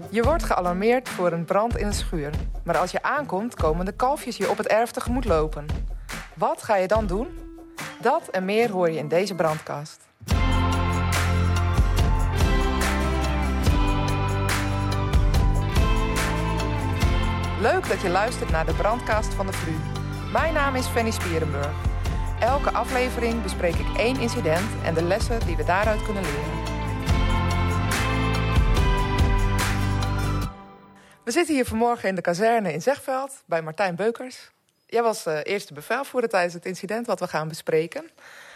Je wordt gealarmeerd voor een brand in een schuur. Maar als je aankomt, komen de kalfjes je op het erf tegemoet lopen. Wat ga je dan doen? Dat en meer hoor je in deze brandkast. Leuk dat je luistert naar de brandkast van de VLU. Mijn naam is Fanny Spierenburg. Elke aflevering bespreek ik 1 incident en de lessen die we daaruit kunnen leren. We zitten hier vanmorgen in de kazerne in Zegveld bij Martijn Beukers. Jij was eerste bevelvoerder tijdens het incident wat we gaan bespreken.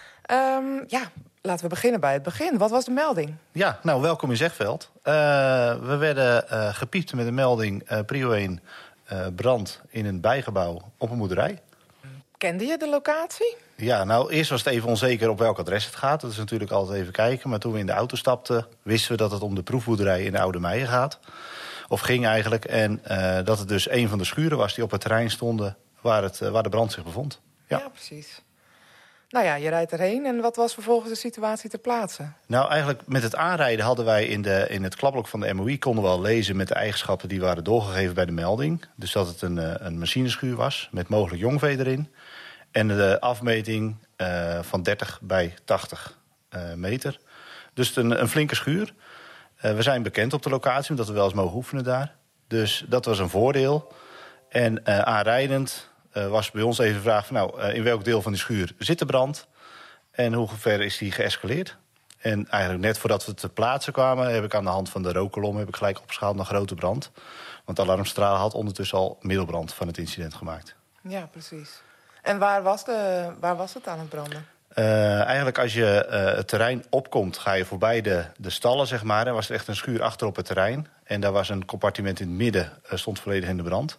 Laten we beginnen bij het begin. Wat was de melding? Ja, welkom in Zegveld. We werden gepiept met een melding, prio 1, brand in een bijgebouw op een boerderij. Kende je de locatie? Ja, eerst was het even onzeker op welk adres het gaat. Dat is natuurlijk altijd even kijken. Maar toen we in de auto stapten, wisten we dat het om de proefboerderij in de Oude Meijen gaat. Of ging eigenlijk. En dat het dus een van de schuren was die op het terrein stonden waar de brand zich bevond. Ja, precies. Nou ja, je rijdt erheen. En wat was vervolgens de situatie ter plaatse? Nou, eigenlijk met het aanrijden hadden wij in het klapblok van de MOI... konden we al lezen met de eigenschappen die waren doorgegeven bij de melding. Dus dat het een machineschuur was met mogelijk jongvee erin. En de afmeting van 30 bij 80 meter. Dus een flinke schuur. We zijn bekend op de locatie, omdat we wel eens mogen oefenen daar. Dus dat was een voordeel. En aanrijdend was bij ons even de vraag van... in welk deel van die schuur zit de brand? En hoe ver is die geëscaleerd? En eigenlijk net voordat we ter plaatse kwamen... heb ik aan de hand van de rookkolom gelijk opgeschaald naar grote brand. Want de alarmstraal had ondertussen al middelbrand van het incident gemaakt. Ja, precies. En waar was het aan het branden? Eigenlijk als je het terrein opkomt, ga je voorbij de stallen, zeg maar. Er was echt een schuur achter op het terrein. En daar was een compartiment in het midden, stond volledig in de brand.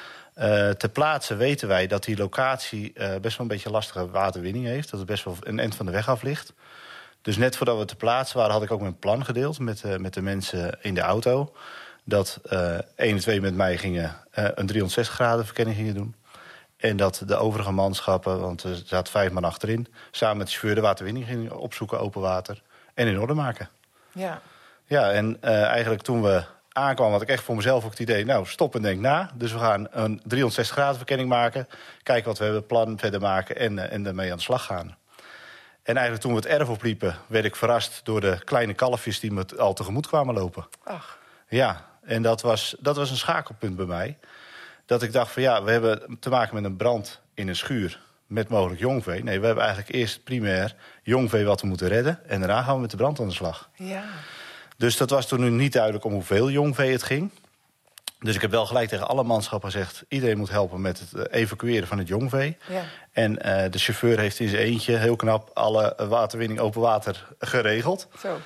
Ter plaatse weten wij dat die locatie best wel een beetje lastige waterwinning heeft. Dat het best wel een eind van de weg af ligt. Dus net voordat we ter plaatse waren, had ik ook mijn plan gedeeld met de mensen in de auto. Dat 1 en 2 met mij een 360 graden verkenning gingen doen. En dat de overige manschappen, want er zaten 5 man achterin... samen met de chauffeur de waterwinning gingen opzoeken, open water. En in orde maken. Ja. Ja, en eigenlijk toen we aankwamen had ik echt voor mezelf ook het idee... stop en denk na. Dus we gaan een 360 graden verkenning maken. Kijken wat we hebben, plan verder maken en daarmee aan de slag gaan. En eigenlijk toen we het erf opliepen... werd ik verrast door de kleine kalfjes die me al tegemoet kwamen lopen. Ach. Ja, en dat was een schakelpunt bij mij... Dat ik dacht van we hebben te maken met een brand in een schuur met mogelijk jongvee. Nee, we hebben eigenlijk eerst primair jongvee wat we moeten redden. En daarna gaan we met de brand aan de slag. Ja. Dus dat was toen niet duidelijk om hoeveel jongvee het ging. Dus ik heb wel gelijk tegen alle manschappen gezegd... iedereen moet helpen met het evacueren van het jongvee. Ja. En de chauffeur heeft in zijn eentje heel knap alle waterwinning open water geregeld. Zo.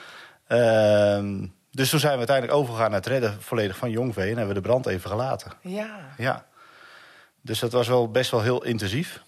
Dus toen zijn we uiteindelijk overgegaan naar het redden volledig van jongvee... en hebben we de brand even gelaten. Ja. Dus dat was wel best wel heel intensief.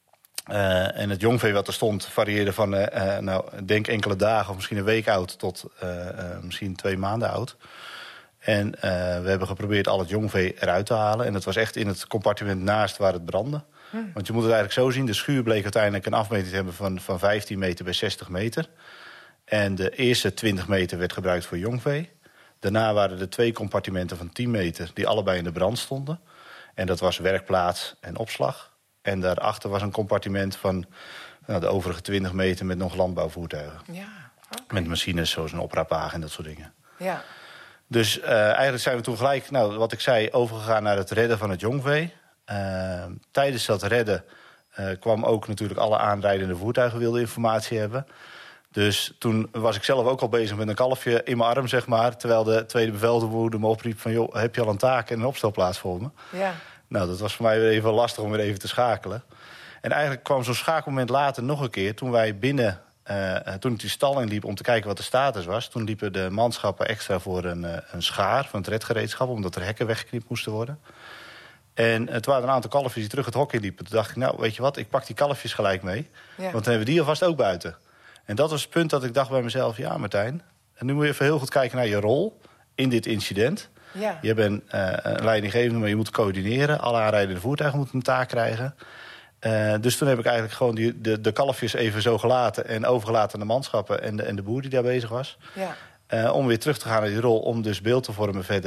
En het jongvee wat er stond varieerde van denk enkele dagen... of misschien een week oud tot misschien 2 maanden oud. En we hebben geprobeerd al het jongvee eruit te halen. En dat was echt in het compartiment naast waar het brandde. Want je moet het eigenlijk zo zien. De schuur bleek uiteindelijk een afmeting te hebben van 15 meter bij 60 meter... En de eerste 20 meter werd gebruikt voor jongvee. Daarna waren er 2 compartimenten van 10 meter... die allebei in de brand stonden. En dat was werkplaats en opslag. En daarachter was een compartiment van de overige 20 meter... met nog landbouwvoertuigen. Ja, okay. Met machines zoals een opraapwagen en dat soort dingen. Ja. Dus eigenlijk zijn we toen gelijk, wat ik zei... overgegaan naar het redden van het jongvee. Tijdens dat redden kwam ook natuurlijk... alle aanrijdende voertuigen wilden informatie hebben... Dus toen was ik zelf ook al bezig met een kalfje in mijn arm, zeg maar... terwijl de tweede bevelvoerder me opriep van... joh, heb je al een taak en een opstelplaats voor me? Ja. Dat was voor mij weer even lastig om weer even te schakelen. En eigenlijk kwam zo'n schakelmoment later nog een keer... toen wij toen ik die stal inliep om te kijken wat de status was... toen liepen de manschappen extra voor een schaar van het redgereedschap... omdat er hekken weggeknipt moesten worden. En het waren een aantal kalfjes die terug het hok inliepen. Toen dacht ik, weet je wat, ik pak die kalfjes gelijk mee. Ja. Want dan hebben we die alvast ook buiten. En dat was het punt dat ik dacht bij mezelf... ja, Martijn, en nu moet je even heel goed kijken naar je rol in dit incident. Ja. Je bent een leidinggevende, maar je moet coördineren. Alle aanrijdende voertuigen moeten een taak krijgen. Dus toen heb ik eigenlijk gewoon de kalfjes even zo gelaten... en overgelaten aan de manschappen en de boer die daar bezig was. Ja. Om weer terug te gaan naar die rol, om dus beeld te vormen verder...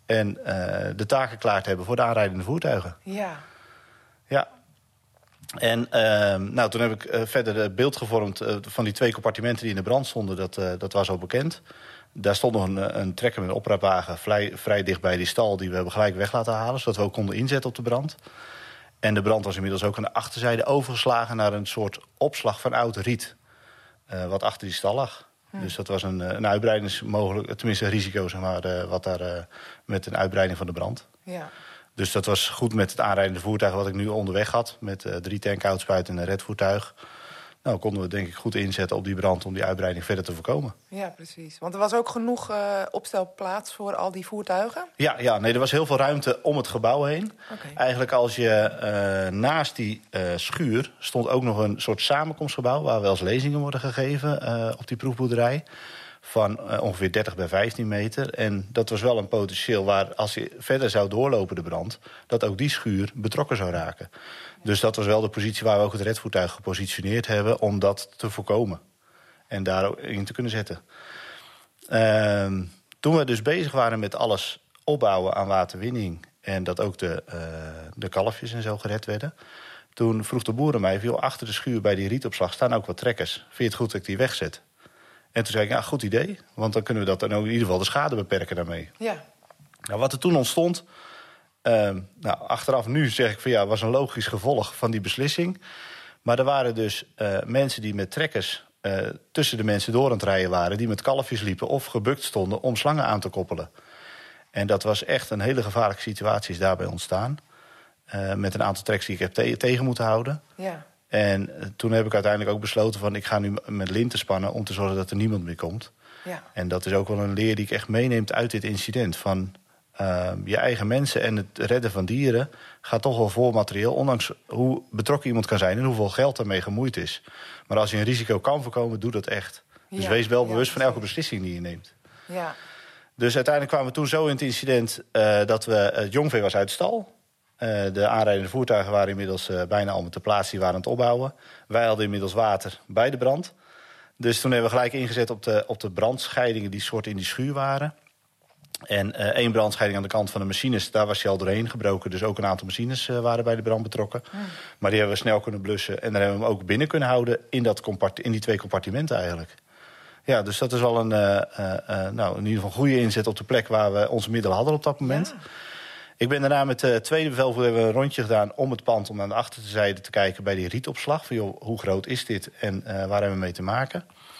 en de taken geklaard hebben voor de aanrijdende voertuigen. Ja. Ja. En toen heb ik verder het beeld gevormd van die 2 compartimenten die in de brand stonden. Dat was al bekend. Daar stond nog een trekker met een opraapwagen vrij dicht bij die stal. Die we hebben gelijk weg laten halen, zodat we ook konden inzetten op de brand. En de brand was inmiddels ook aan de achterzijde overgeslagen naar een soort opslag van oud riet. Wat achter die stal lag. Dus dat was een uitbreidingsmogelijk, tenminste een risico, zeg maar, wat daar met een uitbreiding van de brand. Ja. Dus dat was goed met het aanrijdende voertuig wat ik nu onderweg had. Met 3 tankoutspuiten en een redvoertuig. Nou, konden we denk ik goed inzetten op die brand om die uitbreiding verder te voorkomen. Ja, precies. Want er was ook genoeg opstelplaats voor al die voertuigen? Ja, er was heel veel ruimte om het gebouw heen. Okay. Eigenlijk als je naast die schuur stond ook nog een soort samenkomstgebouw waar wel eens lezingen worden gegeven op die proefboerderij. Van ongeveer 30 bij 15 meter. En dat was wel een potentieel waar, als je verder zou doorlopen de brand, dat ook die schuur betrokken zou raken. Dus dat was wel de positie waar we ook het redvoertuig gepositioneerd hebben om dat te voorkomen. En daarin te kunnen zetten. Toen we dus bezig waren met alles opbouwen aan waterwinning en dat ook de kalfjes en zo gered werden, toen vroeg de boer aan mij, joh, achter de schuur bij die rietopslag staan ook wat trekkers. Vind je het goed dat ik die wegzet? En toen zei ik, goed idee, want dan kunnen we dat dan ook in ieder geval de schade beperken daarmee. Ja. Nou, wat er toen ontstond, achteraf nu zeg ik van was een logisch gevolg van die beslissing. Maar er waren dus mensen die met trekkers tussen de mensen door aan het rijden waren, die met kalfjes liepen of gebukt stonden om slangen aan te koppelen. En dat was echt een hele gevaarlijke situatie is daarbij ontstaan. Met een aantal trekkers die ik heb tegen moeten houden. Ja. En toen heb ik uiteindelijk ook besloten van ik ga nu met linten spannen om te zorgen dat er niemand meer komt. Ja. En dat is ook wel een leer die ik echt meeneemt uit dit incident. Van je eigen mensen en het redden van dieren gaat toch wel voor materieel. Ondanks hoe betrokken iemand kan zijn en hoeveel geld daarmee gemoeid is. Maar als je een risico kan voorkomen, doe dat echt. Dus wees wel bewust van elke beslissing die je neemt. Ja. Dus uiteindelijk kwamen we toen zo in het incident dat het jongvee was uit de stal. De aanrijdende voertuigen waren inmiddels bijna allemaal ter plaatse, die waren aan het opbouwen. Wij hadden inmiddels water bij de brand. Dus toen hebben we gelijk ingezet op de brandscheidingen die soort in die schuur waren. En 1 brandscheiding aan de kant van de machines, daar was hij al doorheen gebroken. Dus ook een aantal machines waren bij de brand betrokken. Maar die hebben we snel kunnen blussen. En dan hebben we hem ook binnen kunnen houden in die 2 compartimenten eigenlijk. Ja, dus dat is al in ieder geval een goede inzet op de plek waar we onze middelen hadden op dat moment. Ja. Ik ben daarna met de tweede bevelvoerder hebben we een rondje gedaan om het pand, om aan de achterzijde te kijken bij die rietopslag. Van, joh, hoe groot is dit en waar hebben we mee te maken?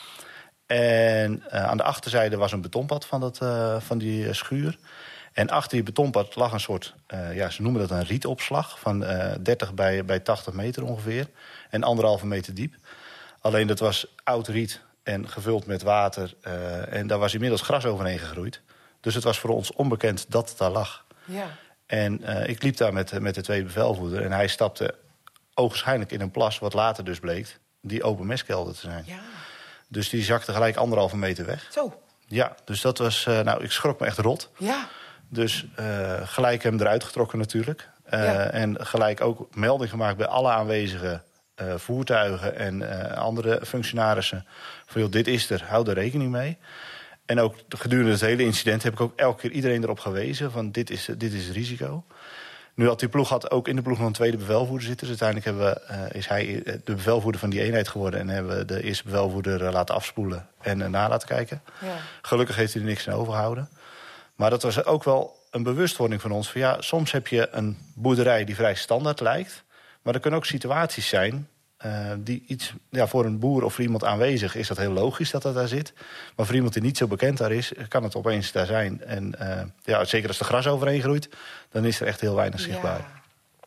En aan de achterzijde was een betonpad van die schuur. En achter die betonpad lag een soort, ze noemen dat een rietopslag van 30 bij 80 meter ongeveer. En 1,5 meter diep. Alleen dat was oud riet en gevuld met water. En daar was inmiddels gras overheen gegroeid. Dus het was voor ons onbekend dat het daar lag. Ja. En ik liep daar met de tweede bevelvoerder. En hij stapte ogenschijnlijk in een plas, wat later dus bleek die open mestkelder te zijn. Ja. Dus die zakte gelijk 1,5 meter weg. Zo. Ja, dus dat was, ik schrok me echt rot. Ja. Dus gelijk hem eruit getrokken natuurlijk. En gelijk ook melding gemaakt bij alle aanwezige voertuigen en andere functionarissen. Van joh, dit is er, hou er rekening mee. En ook gedurende het hele incident heb ik ook elke keer iedereen erop gewezen van dit is het risico. Nu had die ploeg ook in de ploeg nog een tweede bevelvoerder zitten. Dus uiteindelijk is hij de bevelvoerder van die eenheid geworden. En hebben we de eerste bevelvoerder laten afspoelen en na laten kijken. Ja. Gelukkig heeft hij er niks aan overgehouden. Maar dat was ook wel een bewustwording van ons. Van soms heb je een boerderij die vrij standaard lijkt. Maar er kunnen ook situaties zijn die iets, voor een boer of voor iemand aanwezig is dat heel logisch dat daar zit. Maar voor iemand die niet zo bekend daar is, kan het opeens daar zijn. En zeker als er gras overheen groeit, dan is er echt heel weinig zichtbaar. Ja.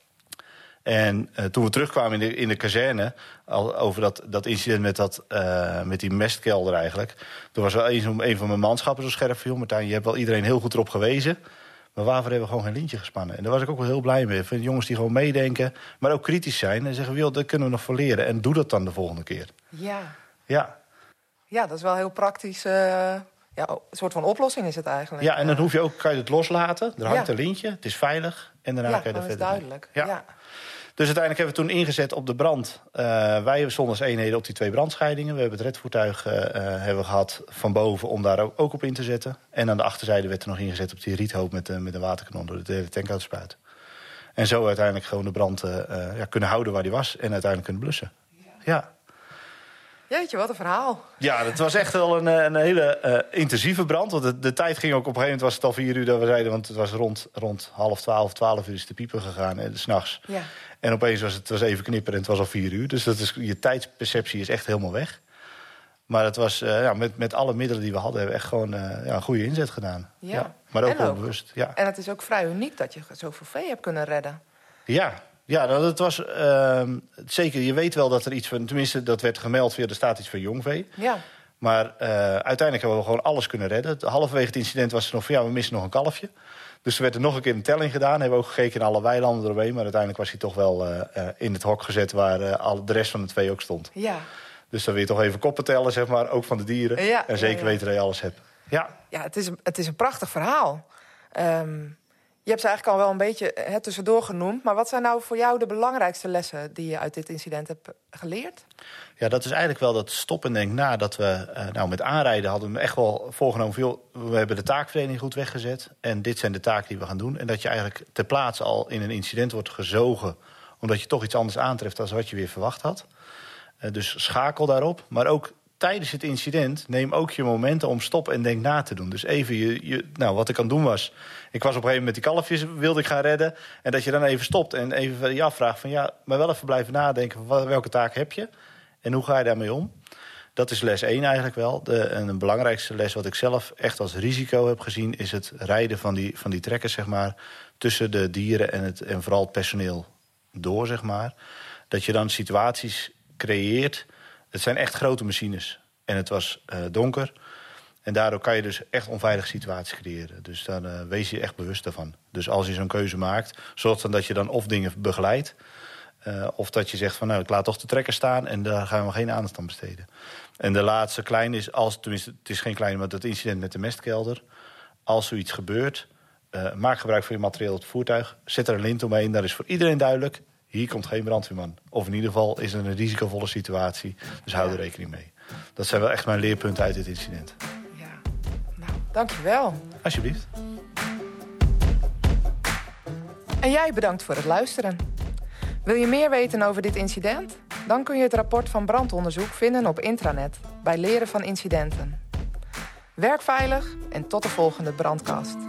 En toen we terugkwamen in de kazerne, over dat incident met die mestkelder eigenlijk. Toen was wel een van mijn manschappen zo scherp van, joh, Martijn, je hebt wel iedereen heel goed erop gewezen. Maar waarvoor hebben we gewoon geen lintje gespannen? En daar was ik ook wel heel blij mee. Van jongens die gewoon meedenken, maar ook kritisch zijn. En zeggen, joh, daar kunnen we nog voor leren. En doe dat dan de volgende keer. Ja, dat is wel heel praktisch. Een soort van oplossing is het eigenlijk. Ja, en dan kan je het loslaten. Er hangt een lintje, het is veilig. En daarna kan je er verder duidelijk. Ja. Dus uiteindelijk hebben we toen ingezet op de brand. Wij stonden als eenheden op die 2 brandscheidingen. We hebben het redvoertuig hebben gehad van boven om daar ook op in te zetten. En aan de achterzijde werd er nog ingezet op die riethoop met een waterkanon door de hele tank uit te spuiten. En zo uiteindelijk gewoon de brand kunnen houden waar die was en uiteindelijk kunnen blussen. Ja. Jeetje, wat een verhaal. Ja, het was echt wel een hele intensieve brand. Want de tijd ging ook op een gegeven moment, was het al 4 uur dat we zeiden, want het was rond 11:30, 12 uur is de piepen gegaan, 's nachts. Ja. En opeens was het even knipperen en het was al 4 uur. Dus je tijdsperceptie is echt helemaal weg. Maar het was met alle middelen die we hadden, hebben we echt gewoon een goede inzet gedaan. Ja. Maar ook wel bewust. Ja. En het is ook vrij uniek dat je zoveel vee hebt kunnen redden. Ja, dat was zeker. Je weet wel dat er iets van, tenminste dat werd gemeld via, er staat iets van jongvee. Ja. Maar uiteindelijk hebben we gewoon alles kunnen redden. Halverwege het incident was er nog van we missen nog een kalfje. Dus er werd er nog een keer een telling gedaan. Hebben we ook gekeken naar alle weilanden eromheen. Maar uiteindelijk was hij toch wel in het hok gezet waar de rest van het vee ook stond. Ja. Dus dan weer toch even koppen tellen, zeg maar, ook van de dieren. Ja, en zeker weten dat je alles hebt. Ja, het is een prachtig verhaal. Je hebt ze eigenlijk al wel een beetje tussendoor genoemd. Maar wat zijn nou voor jou de belangrijkste lessen die je uit dit incident hebt geleerd? Ja, dat is eigenlijk wel dat stop en denk na. Dat we met aanrijden hadden we echt wel voorgenomen. We hebben de taakverdeling goed weggezet. En dit zijn de taken die we gaan doen. En dat je eigenlijk ter plaatse al in een incident wordt gezogen. Omdat je toch iets anders aantreft dan wat je weer verwacht had. Dus schakel daarop. Maar ook tijdens het incident neem ook je momenten om stop en denk na te doen. Dus even, wat ik aan het doen was. Ik was op een gegeven moment die kalfjes wilde ik gaan redden. En dat je dan even stopt en even je afvraagt van maar wel even blijven nadenken. Welke taak heb je? En hoe ga je daarmee om? Dat is les 1 eigenlijk wel. En belangrijkste les wat ik zelf echt als risico heb gezien is het rijden van die trekkers, zeg maar, tussen de dieren en vooral het personeel door, zeg maar. Dat je dan situaties creëert. Het zijn echt grote machines. En het was donker. En daardoor kan je dus echt onveilige situaties creëren. Dus daar wees je echt bewust daarvan. Dus als je zo'n keuze maakt, zorg dan dat je dan of dingen begeleidt. Of dat je zegt van ik laat toch de trekker staan en daar gaan we geen aandacht aan besteden. En de laatste klein is, tenminste het is geen klein, maar dat incident met de mestkelder. Als zoiets gebeurt, maak gebruik van je materieel op het voertuig. Zet er een lint omheen, daar is voor iedereen duidelijk. Hier komt geen brandweerman. Of in ieder geval is het een risicovolle situatie. Dus hou er rekening mee. Dat zijn wel echt mijn leerpunten uit dit incident. Ja, dankjewel. Alsjeblieft. En jij bedankt voor het luisteren. Wil je meer weten over dit incident? Dan kun je het rapport van brandonderzoek vinden op intranet bij Leren van Incidenten. Werk veilig en tot de volgende brandcast.